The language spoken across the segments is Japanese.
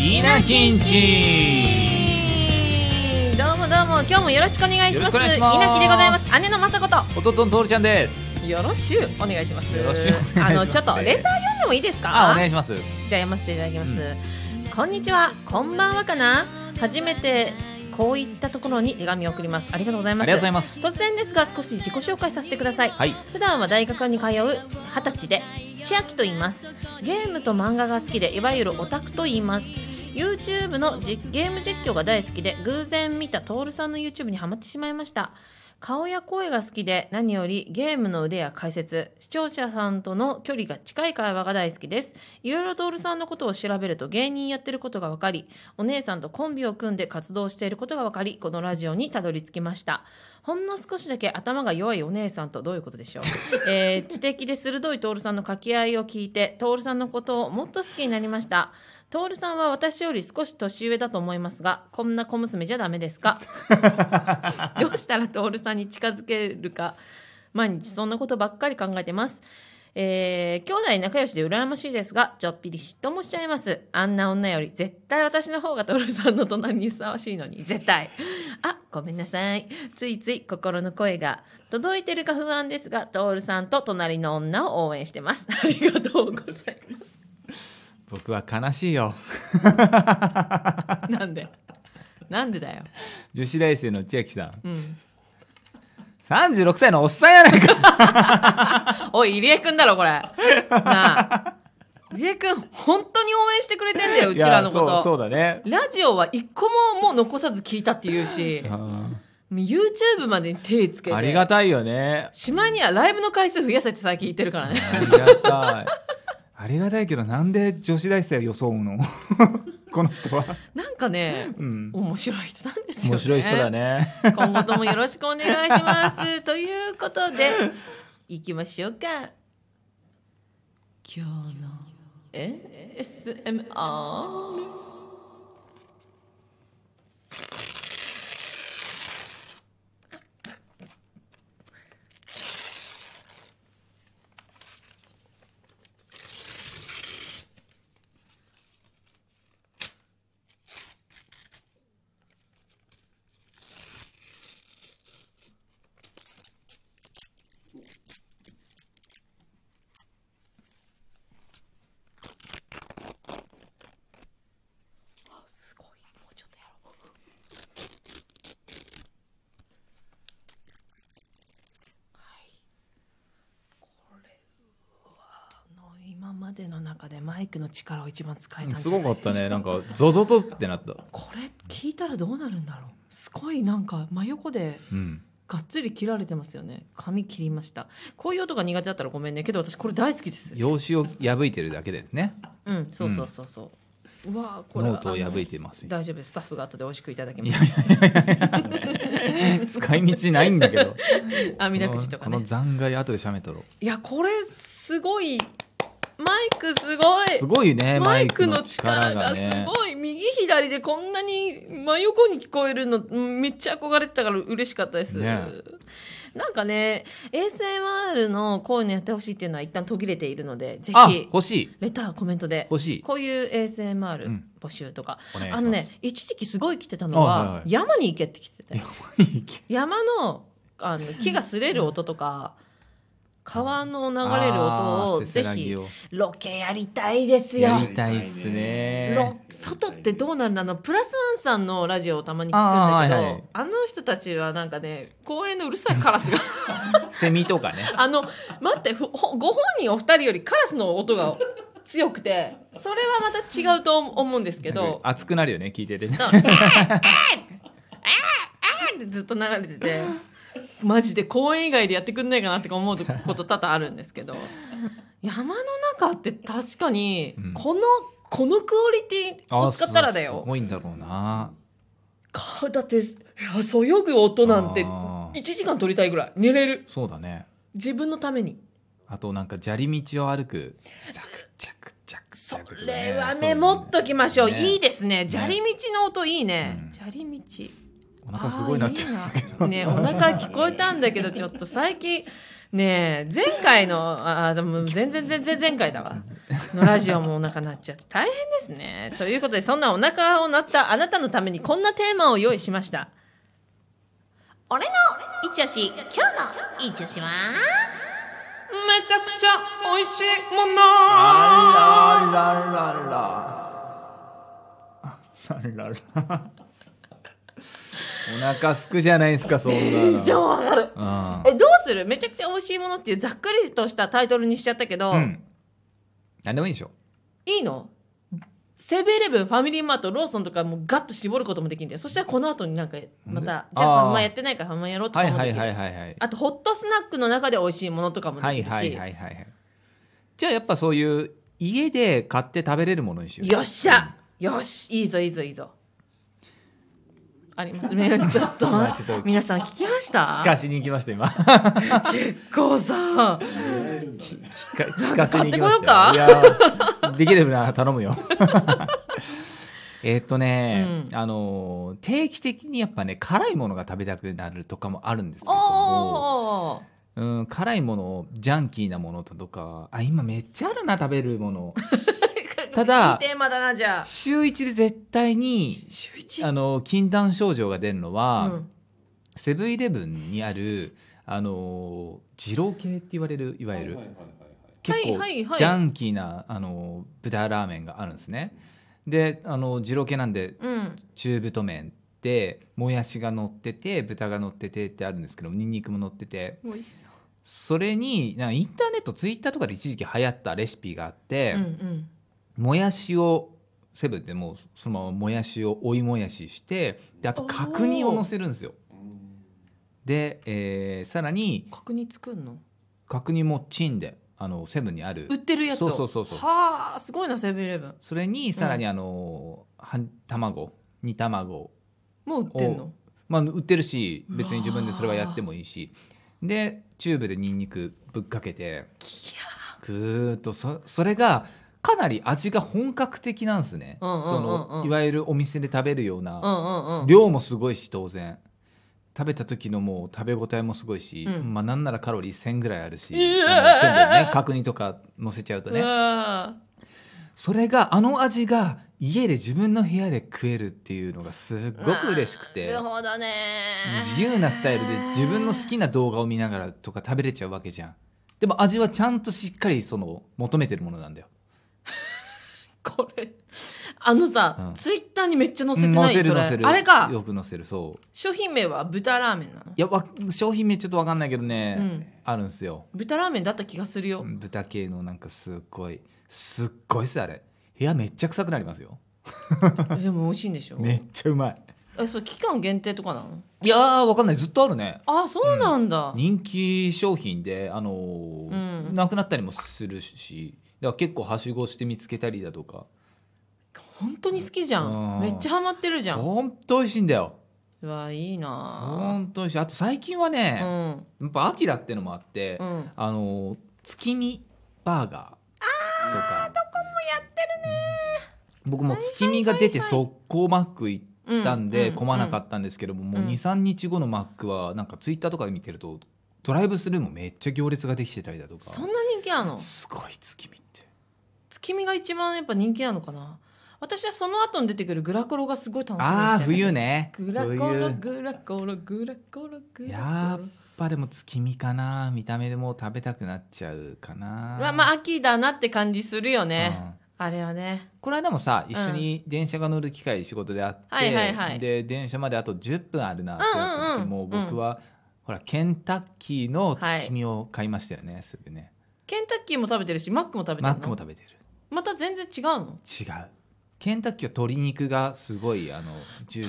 稲きんち。 どうもどうも、今日もよろしくお願いします。 よろしくお願いします。 稲木でございます。姉の雅子と弟のトールちゃんです。 よろしゅうお願いします。 よろしゅうお願いします。 ちょっとレター読んでもいいですか？ お願いします。 じゃあ読ませていただきます、こんにちは、こんばんはかな。初めてこういったところに手紙を送ります。ありがとうございます。 ありがとうございます。 突然ですが少し自己紹介させてください、 はい。 普段は大学に通う20歳で千秋と言います。ゲームと漫画が好きでいわゆるオタクと言います。 YouTube のゲーム実況が大好きで偶然見たトールさんの YouTube にハマってしまいました。顔や声が好きで何よりゲームの腕や解説、視聴者さんとの距離が近い会話が大好きです。いろいろトールさんのことを調べると芸人やってることが分かり、お姉さんとコンビを組んで活動していることが分かり、このラジオにたどり着きました。ほんの少しだけ頭が弱いお姉さんとどういうことでしょう、知的で鋭いトールさんの掛け合いを聞いてトールさんのことをもっと好きになりました。トールさんは私より少し年上だと思いますが、こんな小娘じゃダメですか？どうしたらトールさんに近づけるか、毎日そんなことばっかり考えてます。兄弟仲良しで羨ましいですが、ちょっぴり嫉妬もしちゃいます。あんな女より絶対私の方がトールさんの隣にふさわしいのに、絶対。あ、ごめんなさい、ついつい心の声が届いてるか不安ですが、トールさんと隣の女を応援してます。ありがとうございます。 僕は悲しいよ。 なんでだよ。 女子大生の千秋さん、36歳のおっさんやないか。 おい、入江くんだろこれ。なあ、入江くん本当に応援してくれてんだよ、うちらのこと。 そうだね。 ラジオは一個ももう残さず聞いたって言うし、YouTube までに手つけて、 ありがたいよね。 しまいにはライブの回数増やせって最近言ってるからね。 ありがたい。ありがたいけど、なんで女子大生を装うの？この人はなんかね、面白い人なんですよね。 面白い人だね。 今後ともよろしくお願いしますということでいきましょうか。今日の ASMR。今までの中でマイクの力を一番使えたんじゃない？ すごかったね。なんかゾゾゾってなった。 これ聞いたらどうなるんだろう。すごいなんか真横でがっつり切られてますよね。髪切りました。こういう音が苦手だったらごめんね、けど私これ大好きです。 用紙を破いてるだけでね。 そうそうそうそう、うわこれノートを破いてます。 大丈夫です。スタッフが後で美味しくいただきます。 使い道ないんだけど。 網だくじとかね。 この残骸後でしゃべとろう。 いやこれすごい。マイクすごい。 すごいね。 マイクの力がすごい。右左でこんなに真横に聞こえるのめっちゃ憧れてたから嬉しかったです、ね。なんかね ASMR のこういうのやってほしいっていうのは一旦途切れているので、ぜひ欲しいレターコメントで欲しい。 こういう ASMR 募集とか、一時期すごい来てたのは、山に行けって来てて、山の木が擦れる音とか川の流れる音をぜひロケやりたいですよ。 やりたいっすね。 外ってどうなんだ。プラスワンさんのラジオをたまに聞くんだけど、あの人たちはなんかね、公園のうるさいカラスがセミとかね。 待ってご本人お二人よりカラスの音が強くて、それはまた違うと思うんですけど、 熱くなるよね、聞いててね。 ってずっと流れてて、マジで公園以外でやってくんないかなって思うこと多々あるんですけど、山の中って確かにこのクオリティを使ったらだよ。 すごいんだろうな。 だってそよぐ音なんて1時間撮りたいぐらい寝れる。 そうだね。 自分のために。 あとなんか砂利道を歩くジャクジャクジャクジャク、 それはメモっときましょう。いいですね。砂利道の音いいね。砂利道。 お腹すごいなってるんだけどね、お腹聞こえたんだけど、ちょっと最近ねえ前回のでも全然前回だわのラジオもお腹鳴っちゃって大変ですね。ということでそんなお腹を鳴ったあなたのためにこんなテーマを用意しました。俺のイチオシ、今日のイチオシはめちゃくちゃ美味しいもの。 あらお腹すくじゃないですか、そんなの。 テンション上がる。 うん、 どうする？めちゃくちゃ美味しいものっていうざっくりとしたタイトルにしちゃったけど、 何でもいいでしょ。 いいの？セブンイレブン、ファミリーマート、ローソンとかもガッと絞ることもできるんだよ。そしたらこの後になんかまたじゃあファンマやってないからファンマやろうとかもできる。あとホットスナックの中で美味しいものとかもできるし。 じゃあやっぱそういう家で買って食べれるものにしよう。 よっしゃ、よし、いいぞありますね。ちょっと皆さん聞きました？ 聞かしに行きました今。 結構さ聞かせに行きましたよ。 買ってこようか。 いやできれば頼むよ。定期的にやっぱね辛いものが食べたくなるとかもあるんですけども、辛いものジャンキーなものとか今めっちゃあるな食べるもの。ただいいテーマだな。じゃあ週1で絶対に禁断症状が出るのは、セブンイレブンにある二郎系って言われるいわゆる結構ジャンキーな豚ラーメンがあるんですね。で二郎系なんで、中太麺でもやしが乗ってて豚が乗っててってあるんですけどニンニクも乗ってて美味しそう。 それになんかインターネットツイッターとかで一時期流行ったレシピがあって、もやしをセブンでもうそのままもやしを追いもやししてであと角煮を乗せるんですよ。で、さらに角煮作んの？ 角煮もチンでセブンにある売ってるやつを。 そうはあすごいなセブンイレブン。 それにさらに卵煮卵もう売ってんの？ 売ってるし別に自分でそれはやってもいいしでチューブでニンニクぶっかけてぐーっとそれがかなり味が本格的なんですね。いわゆるお店で食べるような、量もすごいし当然食べた時のもう食べ応えもすごいし、なんならカロリー1000ぐらいあるし、全部ね角煮とか乗せちゃうとね。それが味が家で自分の部屋で食えるっていうのがすっごく嬉しくて、 なるほどね。 自由なスタイルで自分の好きな動画を見ながらとか食べれちゃうわけじゃん。でも味はちゃんとしっかり求めてるものなんだよ。 これツイッターにめっちゃ載せてない？ 載せるあれかよく載せる。そう商品名は豚ラーメンなの？ いや商品名ちょっと分かんないけどね、あるんですよ。 豚ラーメンだった気がするよ。 豚系のなんかすっごいっすあれ。部屋めっちゃ臭くなりますよ。 でも美味しいんでしょ？ めっちゃうまい。 そう期間限定とかなの？ いやー分かんない。ずっとあるね。 そうなんだ、 人気商品でなくなったりもするしだから結構はしごして見つけたりだとか。 本当に好きじゃん。めっちゃハマってるじゃん。 本当美味しいんだよ。 うわいいな。 本当美味しい。あと最近はね、やっぱ秋だってのもあって、月見バーガーとか。 どこもやってるね。 僕も月見が出て速攻マック行ったんで混まなかったんですけども、もう 2,3 日後のマックはなんかツイッターとかで見てるとドライブスルーもめっちゃ行列ができてたりだとか。 そんな人気あるの？ すごい月見って。 月見が一番やっぱ人気なのかな。私はその後に出てくるグラコロがすごい楽しみにしてる。 冬ね。 グラコログラコログラコログラコロ。 やっぱでも月見かな。見た目でもう食べたくなっちゃうかな。 秋だなって感じするよね、あれはね。 この間もさ一緒に電車が乗る機会仕事であって、で電車まであと10分あるなって言って、もう僕は、ほらケンタッキーの月見を買いましたよね、すぐね。ケンタッキーも食べてるしマックも食べてるの？ マックも食べてる。 また全然違うの？ 違う。ケンタッキーは鶏肉がすごいジューシーで。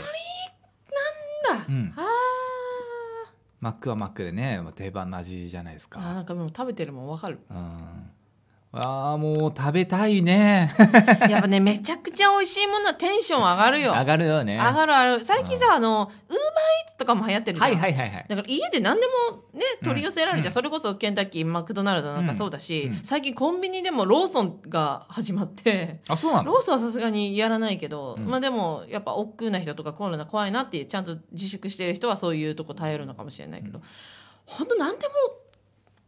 鶏なんだ、 マックはマックでね定番の味じゃないですか。 なんかもう食べてるもん分かる。 もう食べたいね。 やっぱねめちゃくちゃ美味しいものはテンション上がるよ。 上がるよね。 上がる。最近さウーバーイーツとかも流行ってるじゃん。だから家で何でもね取り寄せられちゃう、それこそケンタッキーマクドナルドなんかそうだし、最近コンビニでもローソンが始まって。 そうなの？ ローソンはさすがにやらないけど、でもやっぱ億劫な人とかコロナ怖いなっていうちゃんと自粛してる人はそういうとこ耐えるのかもしれないけど、本当何でも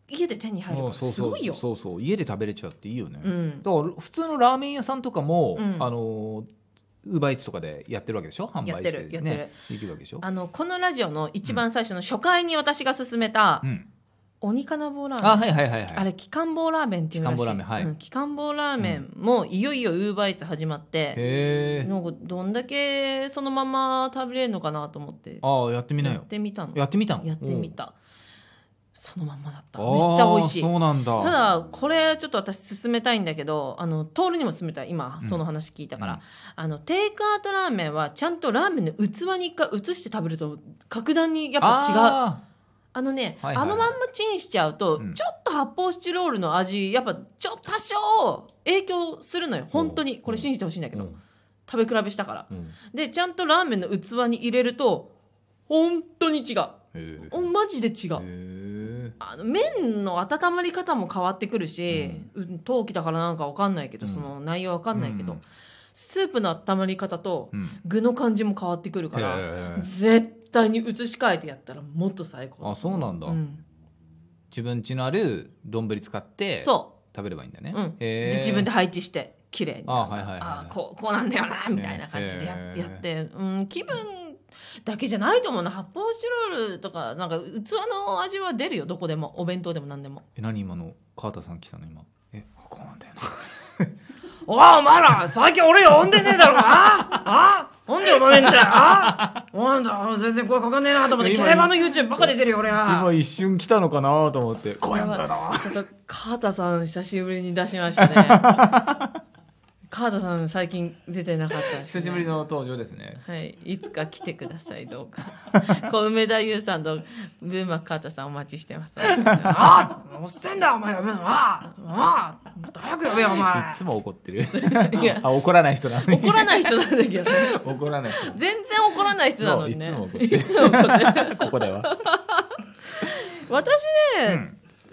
家で手に入るからすごいよ。 そうそう家で食べれちゃうっていいよね、 うんだから普通のラーメン屋さんとかも、 うんウーバーイーツとかでやってるわけでしょ、販売してやってるできるわけでしょ。 このラジオの一番最初の初回に私が勧めた、 うん鬼金棒ラーメン、 あはいはいはいはいあれ機関棒ラーメンっていうらしい。 機関棒ラーメンはい機関棒ラーメンもいよいよウーバーイーツ始まって、 へえなんかどんだけそのまま食べれるのかなと思ってやってみなやよ。 ってみたの。 やってみたのやってみた。そのまんまだった。 うんめっちゃ美味しい。 そうなんだ。 ただこれちょっと私勧めたいんだけど、トールにも勧めたい、今その話聞いたから、テイクアウトラーメンはちゃんとラーメンの器に一回移して食べると格段にやっぱ違う。 あはいはい、 はいあのまんまチンしちゃうと、 うんちょっと発泡スチロールの味やっぱ多少影響するのよ本当に。これ信じてほしいんだけど、 うん食べ比べしたから。 うんでちゃんとラーメンの器に入れると本当に違う。 へマジで違う。 え麺の温まり方も変わってくるし、陶器だからなんか分かんないけど、その内容分かんないけど、スープの温まり方と具の感じも変わってくるから、絶対に移し替えてやったらもっと最高だ。 あそうなんだ、自分家のある丼使ってそ食べればいいんだね、 う、で自分で配置して綺麗にはいはいはいこうなんだよなみたいな感じでやって、気分だけじゃないと思うな。発泡スチロールとかなんか器の味は出るよ、どこでも。お弁当でも何でも。 何今の川田さん来たの今。こうなんだよなお前ら最近俺呼んでねえだろなんで呼ばねえんだよなんだ全然声かかんねえなと思って、競馬の YouTube ばっか出てるよ俺は。 今一瞬来たのかなと思ってこうやんだな。 ちょっと川田さん久しぶりに出しましたね川田さん最近出てなかったです、ね、 久しぶりの登場ですね。 はい、いつか来てくださいどうか梅田優さんとブーマ川田さんお待ちしてます。おっせんだお前もっと早く呼べよお前。 いつも怒ってるいや怒らない人なのに怒らない人なんだけど、ね、 怒らない人全然怒らない人なのにね。 そういつも怒ってるここでは私ね、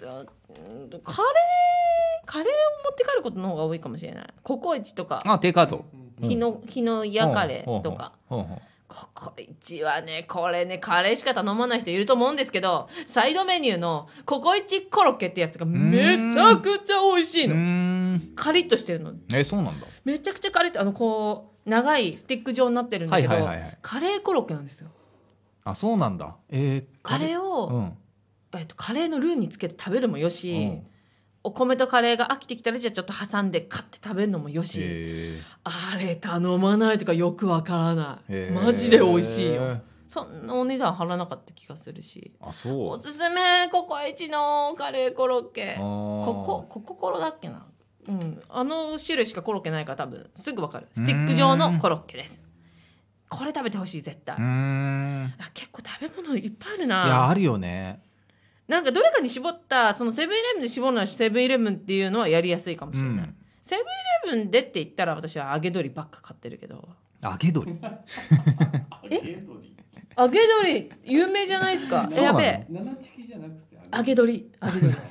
カレーを持って帰ることの方が多いかもしれない。ココイチとかテイクアウト日の屋カレーとか。ココイチはね、これね、カレーしか頼まない人いると思うんですけど、サイドメニューのココイチコロッケってやつがめちゃくちゃ美味しいの。カリッとしてるの。 そうなんだ。 めちゃくちゃカリッと、こう長いスティック状になってるんだけど、カレーコロッケなんですよ。 あ、そうなんだ。 カレーを、カレーのルーにつけて食べるもよし、お米とカレーが飽きてきたらじゃあちょっと挟んでカッて食べるのもよし、あれ頼まないとかよくわからない。マジで美味しいよ。そんなお値段張らなかった気がするし。おすすめココイチのカレーコロッケ。コココロだっけな、あの種類しかコロッケないから多分すぐわかる。スティック状のコロッケです。これ食べてほしい絶対。結構食べ物いっぱいあるな。 いやあるよね。 なんかどれかに絞った、そのセブンイレブンで絞るのはセブンイレブンっていうのはやりやすいかもしれない、セブンイレブンでって言ったら私は揚げ鶏ばっか買ってるけど。 揚げ鶏揚げ鶏有名じゃないですか。やべえ、揚げ鶏ちょっ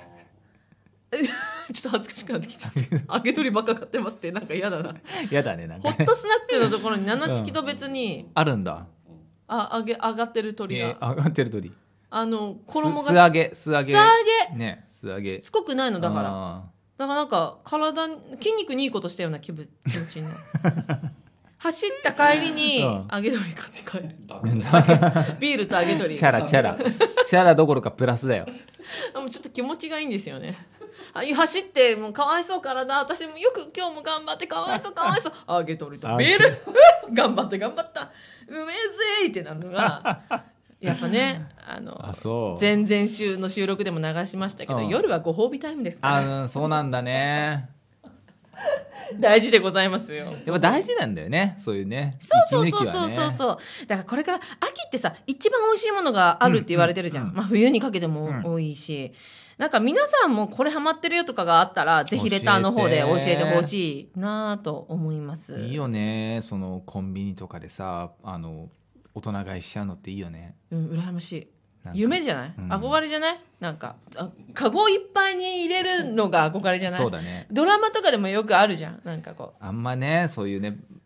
と恥ずかしくなってきちゃって揚げ鶏ばっか買ってますってなんか嫌だな。 嫌だね。なんかホットスナックのところに七チキと別に、 あるんだ。 揚がってる鶏が、 揚がってる鶏、 衣が素揚げね、素揚げしつこくないのだからなんか体筋肉にいいことしたような気持ちになる走った帰りに揚げ鶏買って帰るビールと揚げ鶏チャラどころかプラスだよ。 でもちょっと気持ちがいいんですよね。走ってもうかわいそう体、私もよく今日も頑張ってかわいそう揚げ鶏とビール頑張ったうめえぜってなるのがやっぱね、前々週の収録でも流しましたけど、夜はご褒美タイムですから。 そうなんだね大事でございますよ。 やっぱ大事なんだよね、そういうね。 そうだからこれから秋ってさ、一番美味しいものがあるって言われてるじゃん、冬にかけても多いし、なんか皆さんもこれハマってるよとかがあったらぜひレターの方で教えてほしいなと思います。 いいよね、そのコンビニとかでさ大人買いしちゃうのっていいよね。 羨ましい。夢じゃない、憧れじゃない。なんかカゴいっぱいに入れるのが憧れじゃない。 そうだね。 ドラマとかでもよくあるじゃん。なんかこうあんまね、そういうね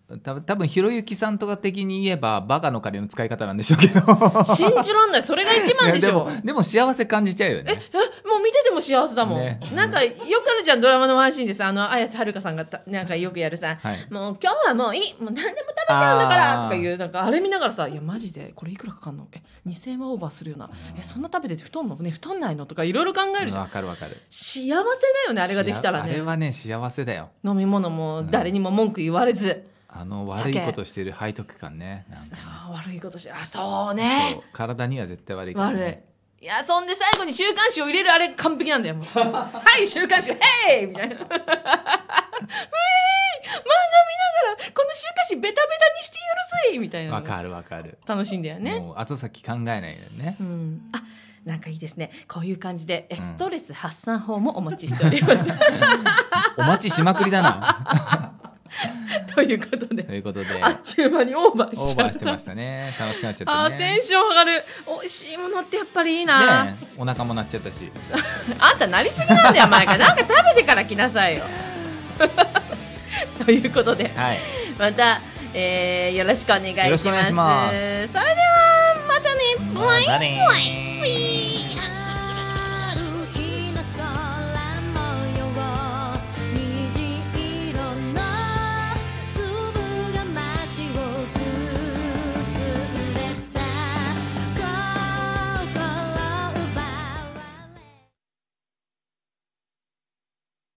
多分ひろゆきさんとか的に言えばバカの金の使い方なんでしょうけど信じらんない、それが一番でしょ。 でも幸せ感じちゃうよね。 もう見てても幸せだもん、 ね、 なんかよくあるじゃん、ドラマのワンシーンでさ、綾瀬はるかさんがなんかよくやるさ、 はい、 もう今日はもういい、もう何でも食べちゃうんだからとかいう、なんかあれ見ながらさ、いやマジでこれいくらかかんの、2000円はオーバーするよな、そんな食べてて太んのね、太んないのとかいろいろ考えるじゃん。 わかるわかる。 幸せだよね、あれができたらね。 あれはね幸せだよ。 飲み物も誰にも文句言われず、 悪いことしてる背徳感ね。 悪いことして、そうね、 そう体には絶対悪いからね。 悪い。いや、そんで最後に週刊誌を入れるあれ完璧なんだよもうはい週刊誌ヘイみたいな漫画見ながらこの週刊誌ベタベタにしてやるぜみたいな。 わかるわかる。 楽しいんだよね。 もう後先考えないよね、 なんかいいですね、こういう感じでストレス発散法もお待ちしておりますお待ちしまくりだなということであっちゅう間にオーバーしちゃった。 オーバーしてましたね。楽しくなっちゃったね。 テンション上がる。美味しいものってやっぱりいいな、 ね、お腹も鳴っちゃったしあんたなりすぎなんだよ前から、なんか食べてから来なさいよということで、 はい、 また、よろしくお願いします。 よろしくお願いします。 それではまたね、バイバイ。